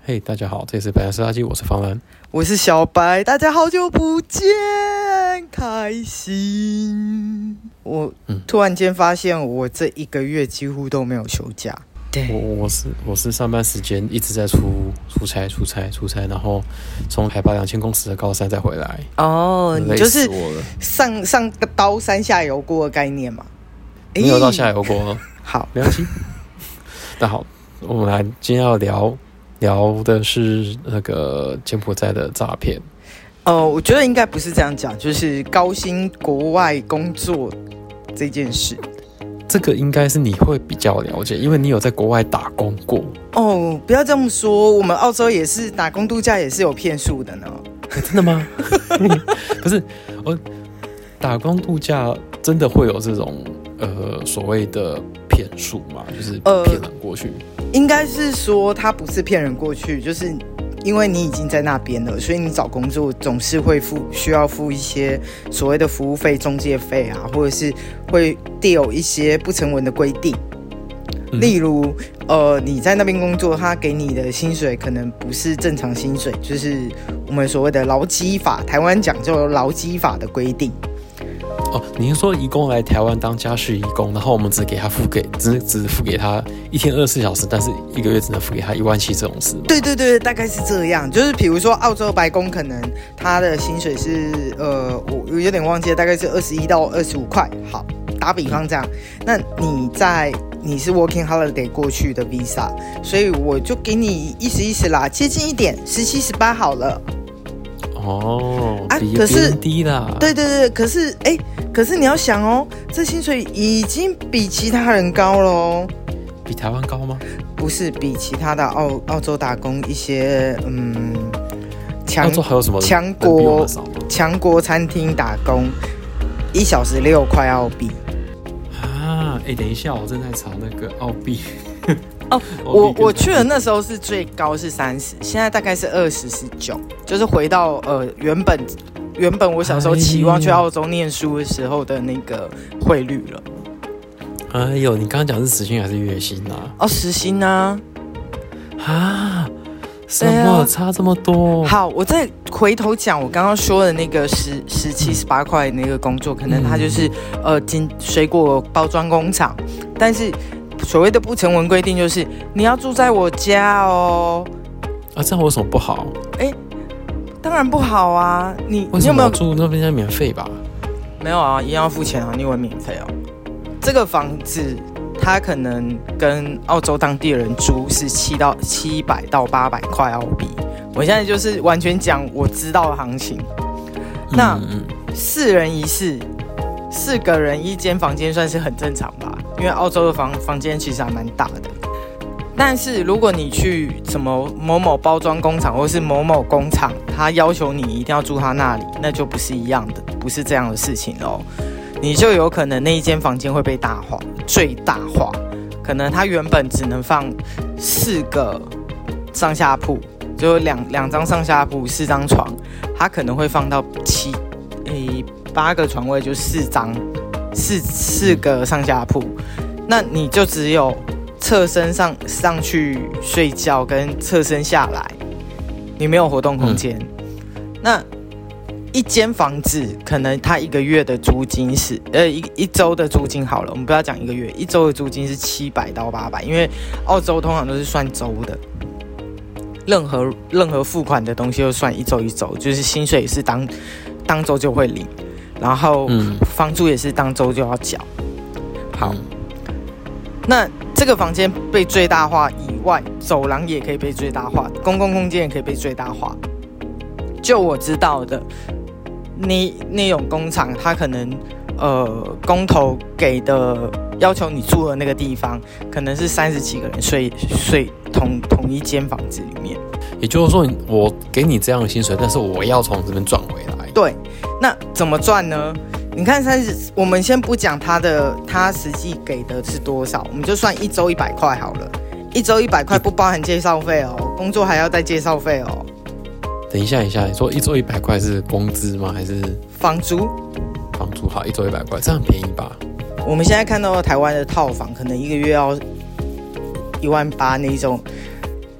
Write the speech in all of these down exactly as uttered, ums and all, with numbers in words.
嘿、hey, 大家好，这里是白兰斯垃圾，我是方兰， 我是小白，大家好久不见，开心。我突然间发现，我这一个月几乎都没有休假。对， 我我是我是上班时间一直在出出差出差出差，然后从海拔两千公尺的高山再回来。 哦，你就是上上刀山下油锅的概念嘛？ 没有到下油锅， 好， 没关系。那好，我们来今天要聊聊的是那个柬埔寨的诈骗。 呃，我觉得应该不是这样讲，就是高薪国外工作这件事。 这个应该是你会比较了解，因为你有在国外打工过。 哦，不要这么说，我们澳洲也是打工度假，也是有骗术的呢。 欸、真的吗？不是，我打工度假真的会有这种呃所谓的骗术吗？就是骗人过去。 呃、应该是说他不是骗人过去，就是因为你已经在那边了，所以你找工作总是会付需要付一些所谓的服务费、中介费啊，或者是会 deal 一些不成文的规定。嗯、例如，呃，你在那边工作，他给你的薪水可能不是正常薪水，就是我们所谓的劳基法，台湾讲究劳基法的规定。 哦，你是说移工来台湾当家事移工，然后我们只给他付给只只付给他一天二十四小时，但是一个月只能付给他一万七这种事吗？ 对对对，大概是这样。就是比如说澳洲白工，可能他的薪水是呃，我有点忘记了，大概是二十一到二十五块。好，打比方这样，那你在你是 working holiday 过去的 visa， 所以我就给你意思意思啦，接近一点，十七十八好了。 哦，啊，比别人低啦。 对对对，可是哎，可是你要想哦，这薪水已经比其他人高了哦。 比台湾高吗？ 不是，比其他的澳澳洲打工一些嗯，强澳洲还有什么强国强国餐厅打工，一小时六块澳币。 啊，哎，等一下，我正在查那个澳币。 哦，我我去的那时候是最高是三十，现在大概是二十十九，就是回到呃原本原本我小时候期望去澳洲念书的时候的那个汇率了。 哎呦，你刚刚讲是时薪还是月薪啊？ 哦，时薪啊！ 啊，什么、啊、差这么多？ 好，我再回头讲我刚刚说的那个十十七十八块那个工作，可能它就是、嗯、呃金水果包装工厂，但是。所谓的不成文规定就是你要住在我家哦。 啊，这样有什么不好？ 哎，当然不好啊！你为什么要住那边要免费吧？ 没有啊，一样要付钱啊，你以为免费哦？这个房子它可能跟澳洲当地人租是七到七百到八百块澳币。我现在就是完全讲我知道的行情。那、嗯、四人一室，四个人一间房间算是很正常吧？因为澳洲的房房间其实还蛮大的，但是如果你去什么某某包装工厂或是某某工厂，他要求你一定要住他那里，那就不是一样的，不是这样的事情咯。你就有可能那一间房间会被大化，最大化，可能它原本只能放四个上下铺，就两两张上下铺，四张床，它可能会放到七诶八个床位，就四张。四四个上下铺，那你就只有侧身上上去睡觉跟侧身下来，你没有活动空间。嗯、那一间房子可能它一个月的租金是呃一一周的租金好了，我们不要讲一个月，一周的租金是七百到八百，因为澳洲通常都是算周的，任何任何付款的东西都算一周一周，就是薪水也是当当周就会领。然后房租也是当周就要缴。好，那这个房间被最大化以外，走廊也可以被最大化，公共空间也可以被最大化。就我知道的，那那种工厂，它可能呃工头给的要求你住的那个地方，可能是三十几个人睡睡同同一间房子里面。 也就是说，我给你这样的薪水，但是我要从这边赚回来。 对，那怎么赚呢？你看三十，我们先不讲他的，他实际给的是多少，我们就算一周一百块好了。一周一百块不包含介绍费哦，工作还要带介绍费哦。 等一下，一下，你说一周一百块是工资吗？还是房租？ 房租好，一周一百块，这样很便宜吧？ 我们现在看到台湾的套房，可能一个月要一万八那种。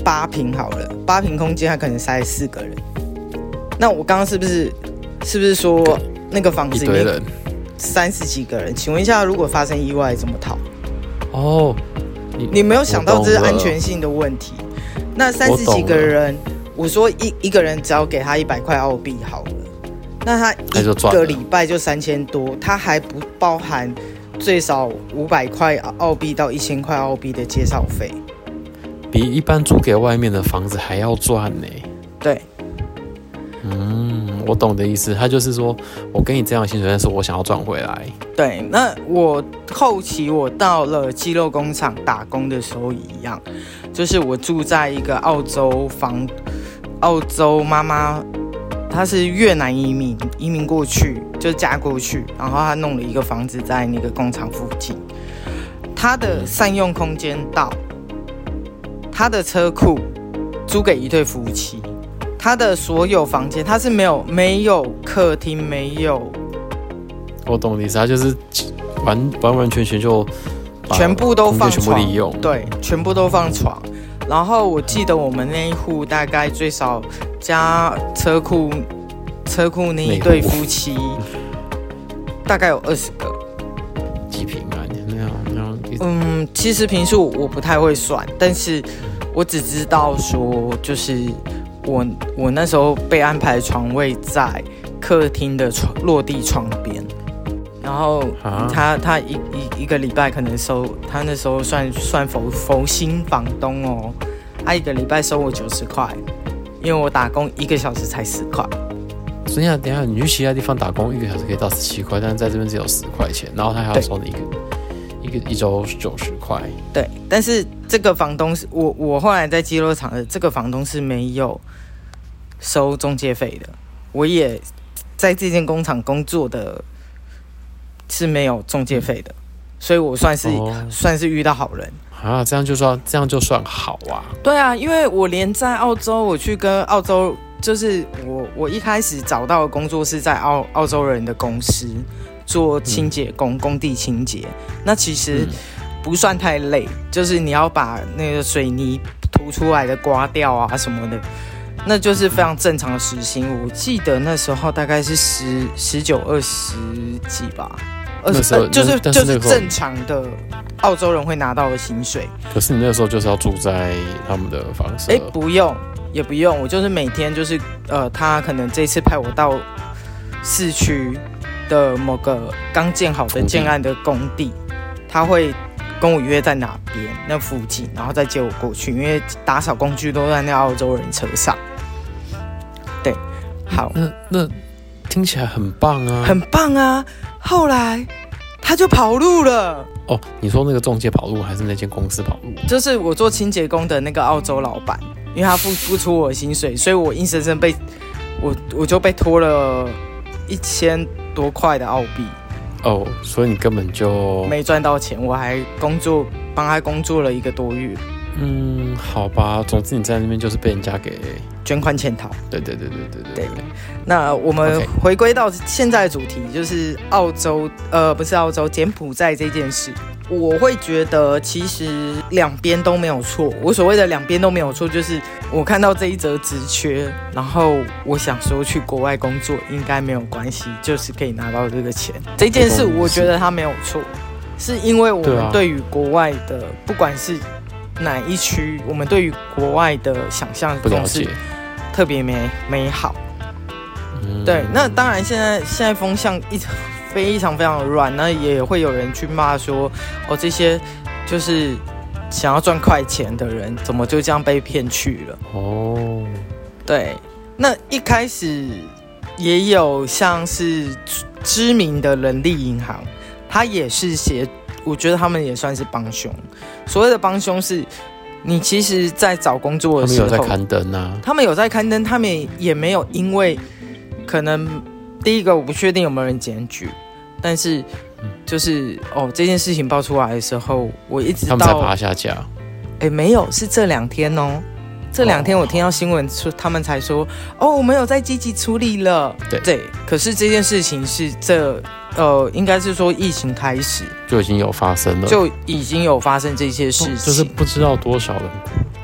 八坪好了，八坪空间它可能塞四个人。那我刚刚是不是是不是说那个房子里面三十几个人？请问一下，如果发生意外怎么逃？ 哦，你你没有想到这是安全性的问题。那三十几个人，我, 我说一一个人只要给他一百块澳币好了，那他一个礼拜就三千多，他还不包含最少五百块澳币到一千块澳币的介绍费， 比一般租给外面的房子还要赚呢。 对， 嗯，我懂的意思，他就是说我给你这样的薪水，但是我想要赚回来。 对，那我后期我到了鸡肉工厂打工的时候一样，就是我住在一个澳洲房，澳洲妈妈她是越南移民，移民过去就嫁过去，然后她弄了一个房子在那个工厂附近，她的善用空间到，她的车库租给一对夫妻。他的所有房间，他是没有没有客厅，没有。 我懂你意思，他就是完完完全全就全部都放床， 全部利用， 对，全部都放床。然后我记得我们那一户大概最少加车库，车库那一对夫妻大概有二十个。 几平啊？那样那样？ 嗯，其实坪数我不太会算，但是我只知道说就是。我, 我那时候被安排床位在客厅的床落地窗边，然后他他一一一个礼拜可能收，他那时候算算佛佛心房东哦，他一个礼拜收我九十块，因为我打工一个小时才十块。 所以等一下你去其他地方打工一个小时可以到十七块，但是在这边只有十块钱，然后他还要收你一个一个一周九十块。 对，但是这个房东是我我后来在鸡肉厂的这个房东是没有收中介费的，我也在这间工厂工作的是没有中介费的，所以我算是、哦、算是遇到好人啊，这样就算这样就算好啊。 对啊，因为我连在澳洲，我去跟澳洲，就是我我一开始找到的工作是在澳澳洲人的公司做清洁工，嗯、工地清洁，那其实不算太累，就是你要把那个水泥涂出来的刮掉啊什么的。那就是非常正常的时薪，我记得那时候大概是十十九二十几吧，二十、呃、就是就是正常的澳洲人会拿到的薪水。 可是你那时候就是要住在他们的房舍？ 哎，不用，也不用，我就是每天就是呃，他可能这次派我到市区的某个刚建好的建案的工地，他会跟我约在哪边那附近，然后再接我过去，因为打扫工具都在那澳洲人车上。对，好， 那那听起来很棒啊， 很棒啊。后来他就跑路了。 哦，你说那个中介跑路，还是那间公司跑路？ 就是我做清洁工的那个澳洲老板，因为他付不出我的薪水，所以我硬生生被我我就被拖了一千多块的澳币。 哦，所以你根本就没赚到钱，我还工作帮他工作了一个多月。 嗯，好吧，总之你在那边就是被人家给捐款潜逃。 对对对对对 对, 对, 对。 那我们回归到现在的主题，就是澳洲，呃，不是澳洲，柬埔寨这件事。我会觉得其实两边都没有错。我所谓的两边都没有错，就是我看到这一则职缺，然后我想说去国外工作应该没有关系，就是可以拿到这个钱。这件事我觉得他没有错，是因为我们对于国外的，不管是哪一区，我们对于国外的想象总是特别美美好。嗯、对，那当然现在现在风向一非常非常的乱，那也会有人去骂说，哦，这些就是想要赚快钱的人，怎么就这样被骗去了？哦，对，那一开始也有像是知名的人力银行，他也是协，我觉得他们也算是帮凶。所谓的帮凶是，你其实在找工作的时候， 他们有在刊登啊， 他们有在刊登，他们也没有因为可能第一个我不确定有没有人检举，但是就是哦这件事情爆出来的时候，我一直到他们才爬下架。 哎，没有，是这两天哦。这两天我听到新闻说，他们才说哦，我们有在积极处理了。 对对，可是这件事情是这呃，应该是说疫情开始就已经有发生了， 就已经有发生这些事情， 哦、就是不知道多少人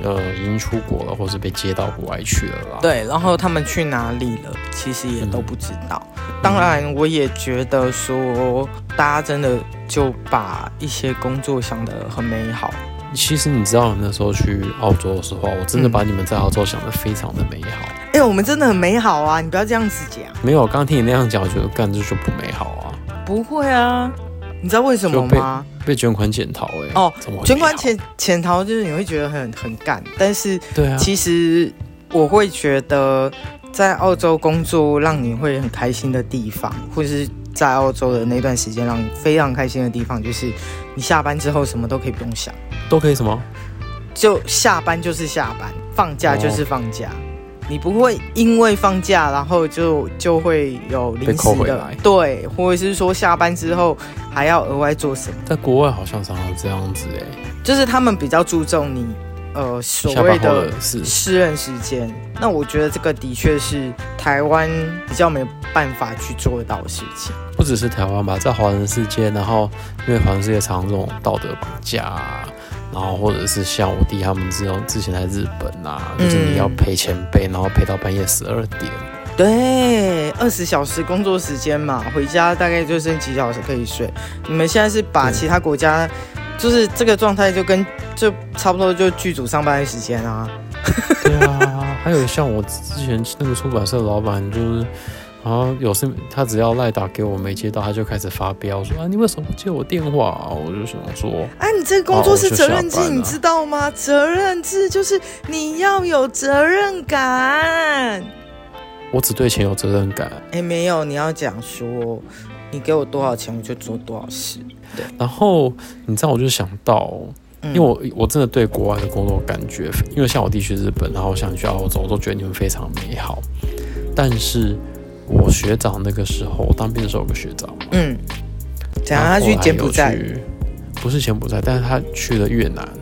呃已经出国了，或是被接到国外去了啦。 对，然后他们去哪里了，其实也都不知道。嗯、当然，我也觉得说，大家真的就把一些工作想得很美好。 其实你知道，那时候去澳洲的时候，我真的把你们在澳洲想得非常的美好。 哎、嗯欸，我们真的很美好啊！你不要这样子讲。 没有，刚刚听你那样讲，我觉得干这就不美好啊。 不会啊，你知道为什么吗？ 被捐款潜逃哎、欸。 哦，捐款潜潜逃就是你会觉得很很干，但是对啊， 其实我会觉得在澳洲工作让你会很开心的地方，或者是在澳洲的那段时间让你非常开心的地方，就是你下班之后什么都可以不用想。 都可以什么？ 就下班就是下班，放假就是放假，哦、你不会因为放假然后就就会有临时的对，或者是说下班之后还要额外做什么？ 在国外好像常常这样子哎、欸， 就是他们比较注重你呃所谓的私人时间。那我觉得这个的确是台湾比较没有办法去做得到的事情。 不只是台湾吧，在华人世界，然后因为华人世界常常这种道德绑架、啊。然后或者是像我弟他们之之前在日本啊，就是你要陪前辈，然后陪到半夜十二点。 对，二十小时工作时间嘛，回家大概就剩几小时可以睡。你们现在是把其他国家，就是这个状态就跟就差不多就剧组上班的时间啊。 对啊，还有像我之前那个出版社的老板就是。然后有时他只要赖打给我没接到，他就开始发飙说啊，你为什么不接我电话、啊？我就想说， 啊，你这个工作是责任制，啊、你知道吗？责任制就是你要有责任感。 我只对钱有责任感。 哎，没有，你要讲说，你给我多少钱，我就做多少事。对。 然后你知道，我就想到。因为我我真的对国外的工作感觉，因为像我弟去日本，然后想去澳洲，我都觉得你们非常美好，但是。我学长那个时候，我当兵的时候有个学长， 嗯，讲他去柬埔寨， 不是柬埔寨，但是他去了越南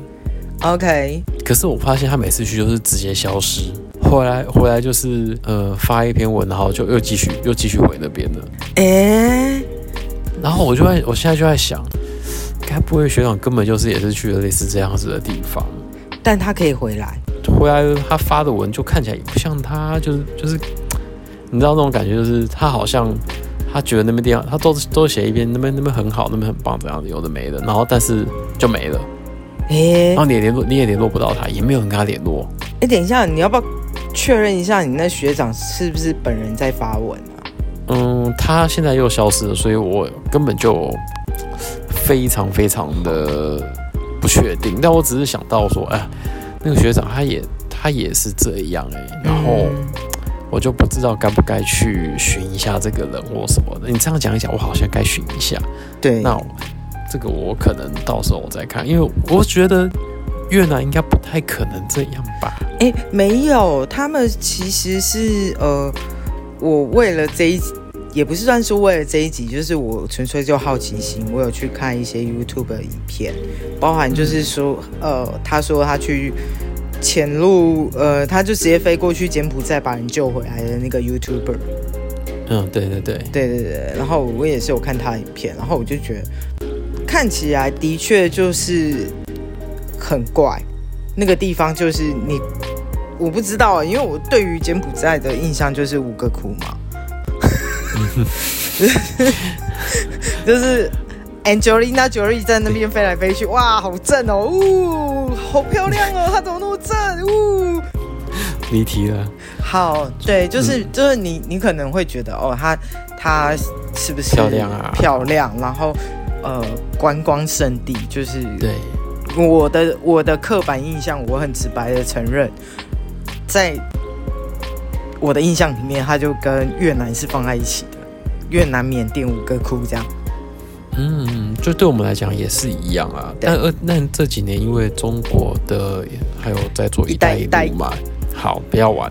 ，OK。 可是我发现他每次去就是直接消失，回来回来就是呃发一篇文，然后就又继续又继续回那边了， 哎、欸， 然后我就在我现在就在想，该不会学长根本就是也是去了类似这样子的地方， 但他可以回来， 回来他发的文就看起来也不像他，就是就是。你知道那种感觉，就是他好像他觉得那边地方，他都都写一遍，那边那边很好，那边很棒，这样子有的没的，然后但是就没了，哎、欸，然后你也联络你也联络不到他，也没有人跟他联络。 哎、欸，等一下，你要不要确认一下你那学长是不是本人在发文啊？ 嗯，他现在又消失了，所以我根本就非常非常的不确定。但我只是想到说，哎，那个学长他也他也是这样哎、欸，然后。嗯我就不知道该不该去寻一下这个人或什么的。你这样讲一讲，我好像该寻一下。 对， 那这个我可能到时候我再看，因为我觉得越南应该不太可能这样吧？ 哎、欸，没有，他们其实是呃，我为了这一集，也不是算是为了这一集，就是我纯粹就好奇心，我有去看一些 YouTube 的影片，包含就是说，呃，他说他去。潜入，呃，他就直接飞过去柬埔寨把人救回来的那个 YouTuber。 嗯，对对对， 对对对。然后我也是有看他的影片，然后我就觉得看起来的确就是很怪，那个地方就是你，我不知道，因为我对于柬埔寨的印象就是五个窟嘛，就是。Angelina Jolie 在那边飞来飞去，哇，好正哦，呜，好漂亮哦，她怎么那么正？呜， 离题了。 好，对，就是、嗯、就是你你可能会觉得哦，她她是不是漂亮啊？ 漂亮，然后呃，观光胜地，就是对我的我的刻板印象，我很直白的承认，在我的印象里面，它就跟越南是放在一起的，越南、缅甸五个窟这样。 嗯，就对我们来讲也是一样啊。但呃，那这几年因为中国的还有在做一带一路嘛，好，不要玩。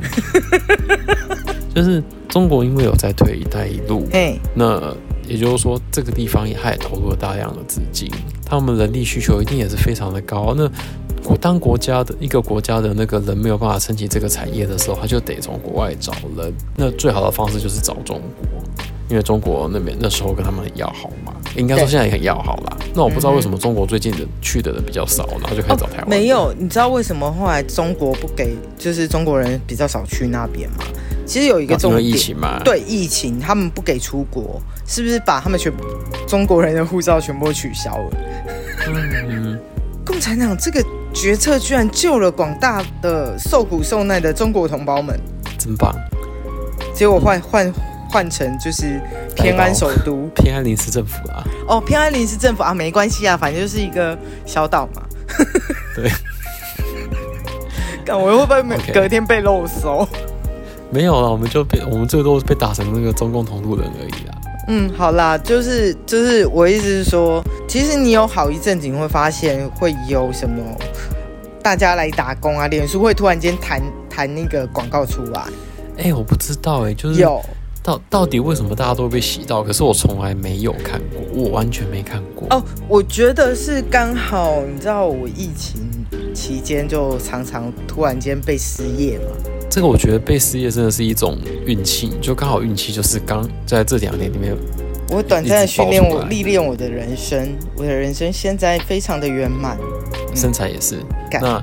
就是中国因为有在推一带一路，那也就是说这个地方也还投入了大量的资金，他们人力需求一定也是非常的高。那当国家的一个国家的那个人没有办法撑起这个产业的时候，他就得从国外找人。那最好的方式就是找中国，因为中国那边那时候跟他们很要好嘛。 应该说现在也很要好啦。那我不知道为什么中国最近的去的人比较少，然后就开始找台湾、哦。 没有，你知道为什么后来中国不给，就是中国人比较少去那边吗？其实有一个重点， 因为疫情嘛。 对，疫情他们不给出国，是不是把他们全中国人的护照全部取消了？嗯，共产党这个决策居然救了广大的受苦受难的中国同胞们， 真棒！ 结果换换换成就是偏安首都， 偏安临时政府啦。 哦，偏安临时政府啊，没关系啊，反正就是一个小岛嘛。 对。 看我会不会隔天被漏收？ Okay. 没有啦，我们就被我们最多被打成那个中共同路人而已啦。 嗯，好啦，就是就是我意思是说，其实你有好一阵子你会发现会有什么大家来打工啊，脸书会突然间弹弹那个广告出来。 哎、欸，我不知道哎、欸，就是有到到底为什么大家都会被洗到？可是我从来没有看过，我完全没看过。 哦，我觉得是刚好，你知道我疫情期间就常常突然间被失业嘛。 这个我觉得被失业真的是一种运气，就刚好运气就是刚在这两年里面， 我短暂的训练我历练我的人生，我的人生现在非常的圆满， 嗯、身材也是。那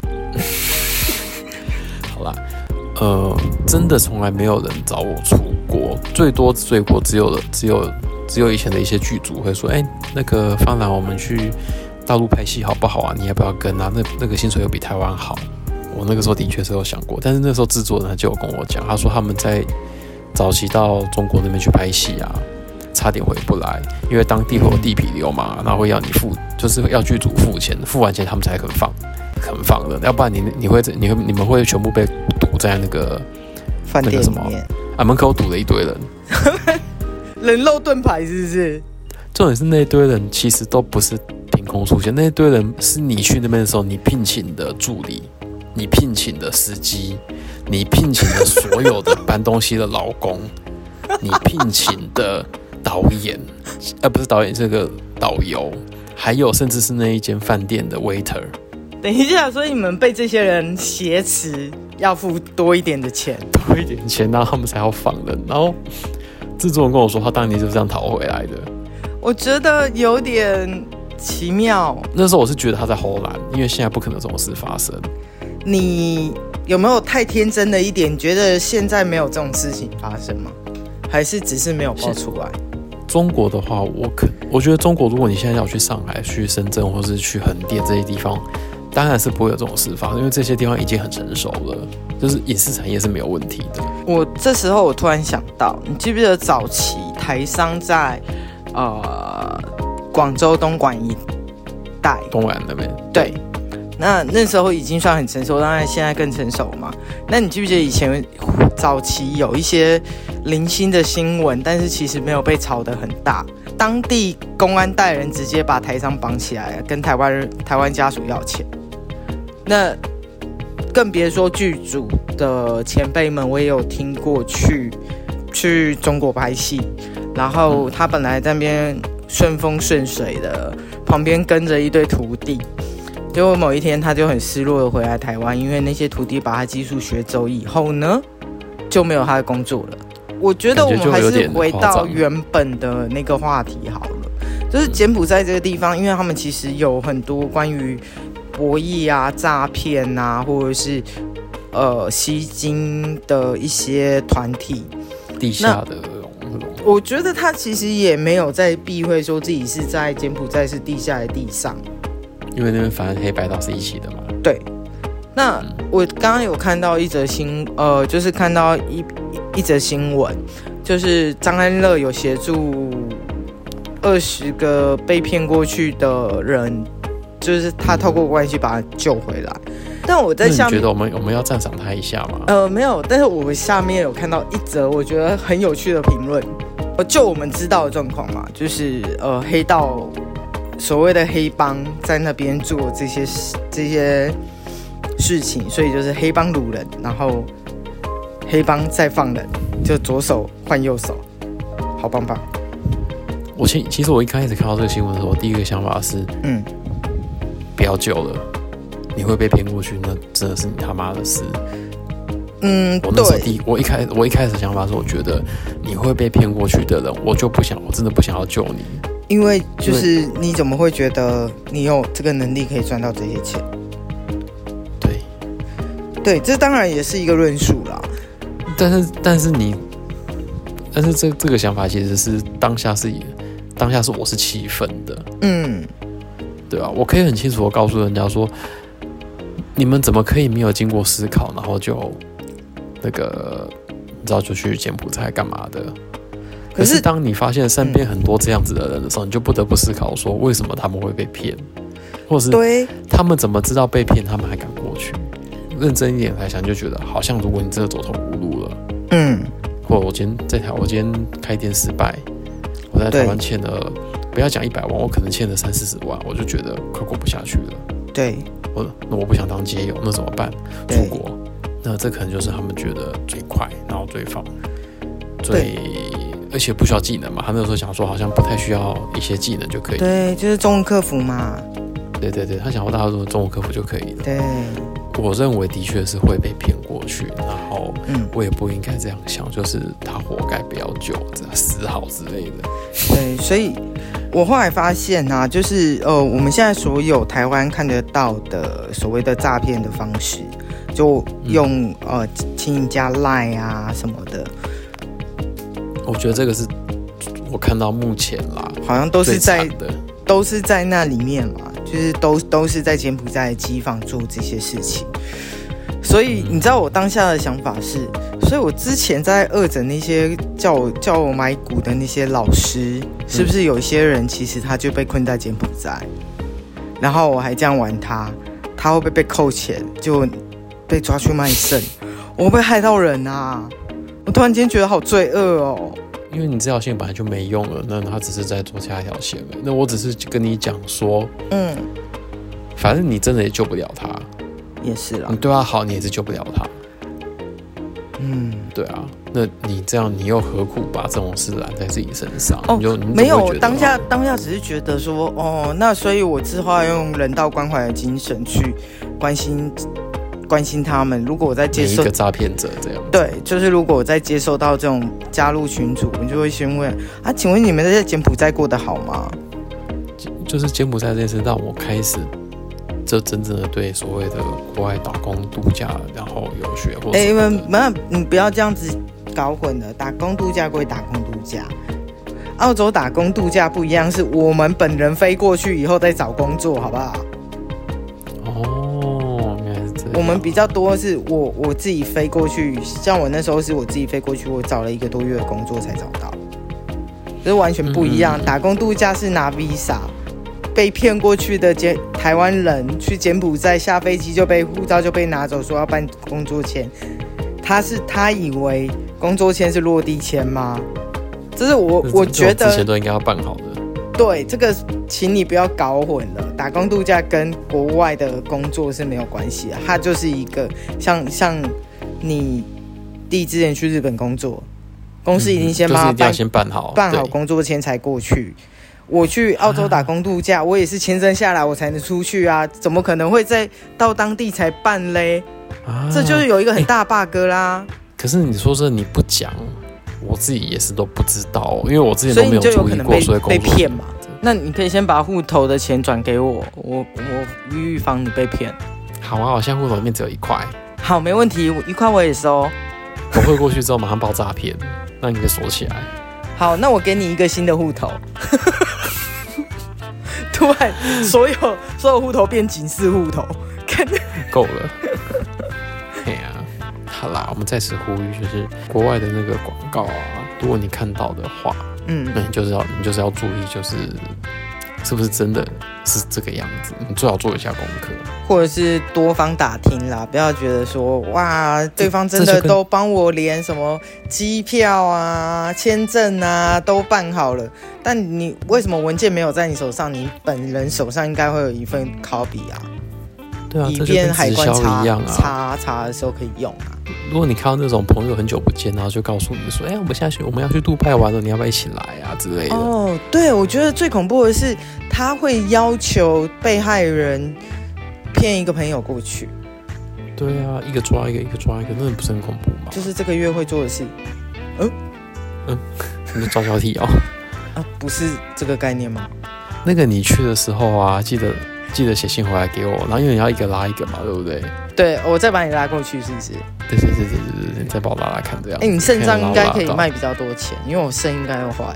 好啦，呃，真的从来没有人找我出国，最多最多只有只有只有以前的一些剧组会说，哎、欸，那个方兰，我们去大陆拍戏好不好啊？你要不要跟啊？那那个薪水又比台湾好。我那个时候的确是有想过，但是那时候制作人他就有跟我讲，他说他们在早期到中国那边去拍戏啊，差点回不来，因为当地会有地痞流嘛，然后会要你付，就是要剧组付钱，付完钱他们才肯放，肯放的，要不然你你会你会你们会全部被堵在那个饭店里面，那个什么啊门口堵了一堆人， 人肉盾牌是不是？ 重点是那一堆人其实都不是凭空出现，那一堆人是你去那边的时候你聘请的助理。你聘请的司机，你聘请的所有的搬东西的劳工，你聘请的导演，呃，不是导演，这个导游，还有甚至是那一间饭店的 waiter。 等一下，所以你们被这些人挟持，要付多一点的钱， 多一点钱，然后他们才要放人。然后制作人跟我说，他当年就是这样逃回来的。 我觉得有点奇妙。 那时候我是觉得他在偷懒，因为现在不可能有这种事发生。 你有没有太天真了一点？觉得现在没有这种事情发生吗？还是只是没有爆出来？ 中国的话，我可我觉得中国，如果你现在要去上海、去深圳或是去横店这些地方，当然是不会有这种事发生，因为这些地方已经很成熟了，就是影视产业是没有问题的。 我这时候我突然想到，你记不记得早期台商在呃广州东莞一带， 东莞那边对。那那时候已经算很成熟，当然现在更成熟嘛。那你记不记得以前早期有一些零星的新闻，但是其实没有被炒得很大，当地公安带人直接把台商绑起来，跟台湾台湾家属要钱。那更别说剧组的前辈们，我也有听过去去中国拍戏，然后他本来在那边顺风顺水的，旁边跟着一堆徒弟。结果某一天，他就很失落的回来台湾，因为那些徒弟把他技术学走以后呢，就没有他的工作了。我觉得我们还是回到原本的那个话题好了，就是柬埔寨这个地方，因为他们其实有很多关于博弈啊、诈骗啊，或者是呃吸金的一些团体， 地下的。 我觉得他其实也没有在避讳说自己是在柬埔寨是地下的地上。 因为那边反正黑白道是一起的嘛。 对，那我刚刚有看到一则新，呃，就是看到一一则新闻，就是张安乐有协助二十个被骗过去的人，就是他透过关系把他救回来。但我在下面， 你觉得我们我们要赞赏他一下吗？ 呃，没有，但是我下面有看到一则我觉得很有趣的评论，就我们知道的状况嘛，就是呃黑道。所谓的黑帮在那边做这些这些事情，所以就是黑帮掳人，然后黑帮再放人，就左手换右手，好棒棒。 我其其实我一开始看到这个新闻的时候，我第一个想法是，嗯，不要救了，你会被骗过去，那真的是你他妈的事。嗯，我那时候第一我一开我一开始想法是，我觉得你会被骗过去的人，我就不想，我真的不想要救你。 因为就是你怎么会觉得你有这个能力可以赚到这些钱？ 对， 对，这当然也是一个论述啦。 但是，但是你，但是这这个想法其实是当下是当下是我是气愤的，嗯，对啊，我可以很清楚的告诉人家说，你们怎么可以没有经过思考，然后就那个你知道就去柬埔寨干嘛的？可是当你发现身边很多这样子的人的时候，嗯、你就不得不思考说，为什么他们会被骗，或者是他们怎么知道被骗，他们还敢过去？认真一点来想，就觉得好像如果你真的走投无路了，嗯，或者我今天这条我今天开店失败，我在台湾欠了，不要讲一百万，我可能欠了三四十万，我就觉得快过不下去了。对，我那我不想当街友，那怎么办？出国，那这可能就是他们觉得最快，然后最方，最。而且不需要技能嘛，他那个时候想说好像不太需要一些技能就可以。 对，就是中文客服嘛。 对对对，他想要大家说中文客服就可以了。 对， 我认为的确是会被骗过去，然后我也不应该这样想，就是他活该不要救，这样死好之类的。 对，所以我后来发现啊，就是呃，我们现在所有台湾看得到的所谓的诈骗的方式，就用、嗯、呃请你加 Line 啊什么的。 我觉得这个是我看到目前啦， 好像都是在都是在那里面嘛，就是都都是在柬埔寨的机房做这些事情。所以你知道我当下的想法是，所以我之前在恶整那些叫我叫我买股的那些老师，是不是有一些人其实他就被困在柬埔寨，然后我还这样玩他，他会不会被扣钱，就被抓去卖肾？我会不会害到人啊？我突然间觉得好罪恶哦， 因为你这条线本来就没用了，那他只是在做下一条线了。那我只是跟你讲说，嗯，反正你真的也救不了他， 也是啦。 你对他好，你也是救不了他。嗯，对啊，那你这样，你又何苦把这种事揽在自己身上？哦，你就你没有当下当下只是觉得说，哦，那所以我之后要用人道关怀的精神去关心。关心他们，如果我在接受每一个诈骗者这样， 对，就是如果我在接受到这种加入群组，我就会先问啊，请问你们在柬埔寨过得好吗？ 就是柬埔寨这件事让我开始，这真正的对所谓的国外打工度假，然后游学或者哎， 那你不要这样子搞混了，打工度假归打工度假，澳洲打工度假不一样，是我们本人飞过去以后再找工作，好不好？我们比较多是我我自己飞过去，像我那时候是我自己飞过去，我找了一个多月的工作才找到，这完全不一样。嗯、打工度假是拿 visa， 被骗过去的台湾人去柬埔寨下飞机就被护照就被拿走，说要办工作签，他是他以为工作签是落地签吗？这是我我觉得之前都应该要办好的。 对，这个请你不要搞混了。打工度假跟国外的工作是没有关系的，它就是一个像像你弟之前去日本工作，公司一定先把、 嗯就是、先办好办好工作签才过去。我去澳洲打工度假，啊、我也是签证下来我才能出去啊，怎么可能会在到当地才办嘞？啊、这就是有一个很大 bug 啦。 欸、可是你说这你不讲，我自己也是都不知道，因为我之前都没有注意过，所以被骗嘛。那你可以先把户头的钱转给我，我我预防你被骗。 好啊，我现在户头里面只有一块。 好，没问题，一块我也收。 我汇过去之后马上报诈骗，那你可以锁起来。 好，那我给你一个新的户头。突然，所有所有户头变警示户头， 够了。嘿啊，好啦，我们再次呼吁，就是国外的那个广告啊，如果你看到的话。嗯，那你就是要你就是要注意，就是是不是真的是这个样子？你最好做一下功课， 或者是多方打听啦，不要觉得说哇，对方真的都帮我连什么机票啊、签证啊都办好了，但你为什么文件没有在你手上？你本人手上应该会有一份 copy 啊， 对啊， 以便海关查一样啊， 查查的时候可以用啊。 如果你看到那种朋友很久不见，然后就告诉你说：“哎、欸，我们现在去，我们要去杜拜玩了，你要不要一起来啊？”之类的。 哦，对，我觉得最恐怖的是，他会要求被害人骗一个朋友过去。 对啊，一个抓一个，一个抓一个，那不是很恐怖吗？ 就是这个月会做的事。嗯嗯，你抓交替哦。 啊， 啊，不是这个概念吗？ 那个你去的时候啊，记得记得写信回来给我，然后因为你要一个拉一个嘛，对不对？ 对，我再把你拉过去，是不是？ 对对对对对对，你再把我拉拉看这样。 哎、欸，你肾脏应该可以卖比较多钱，因为我肾应该要坏。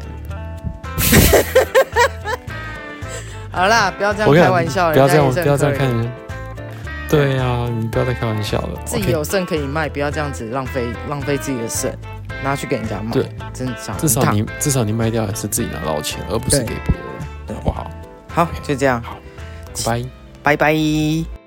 好啦，不要这样开玩笑， 不要这样，不要这样看。对啊，你不要再开玩笑了。 自己有肾可以卖，不要这样子浪费浪费自己的肾，拿去给人家卖。对，真的这样。 至少你至少你卖掉也是自己拿到钱，而不是给别人，好不好？ 好，就这样。 好，拜拜拜。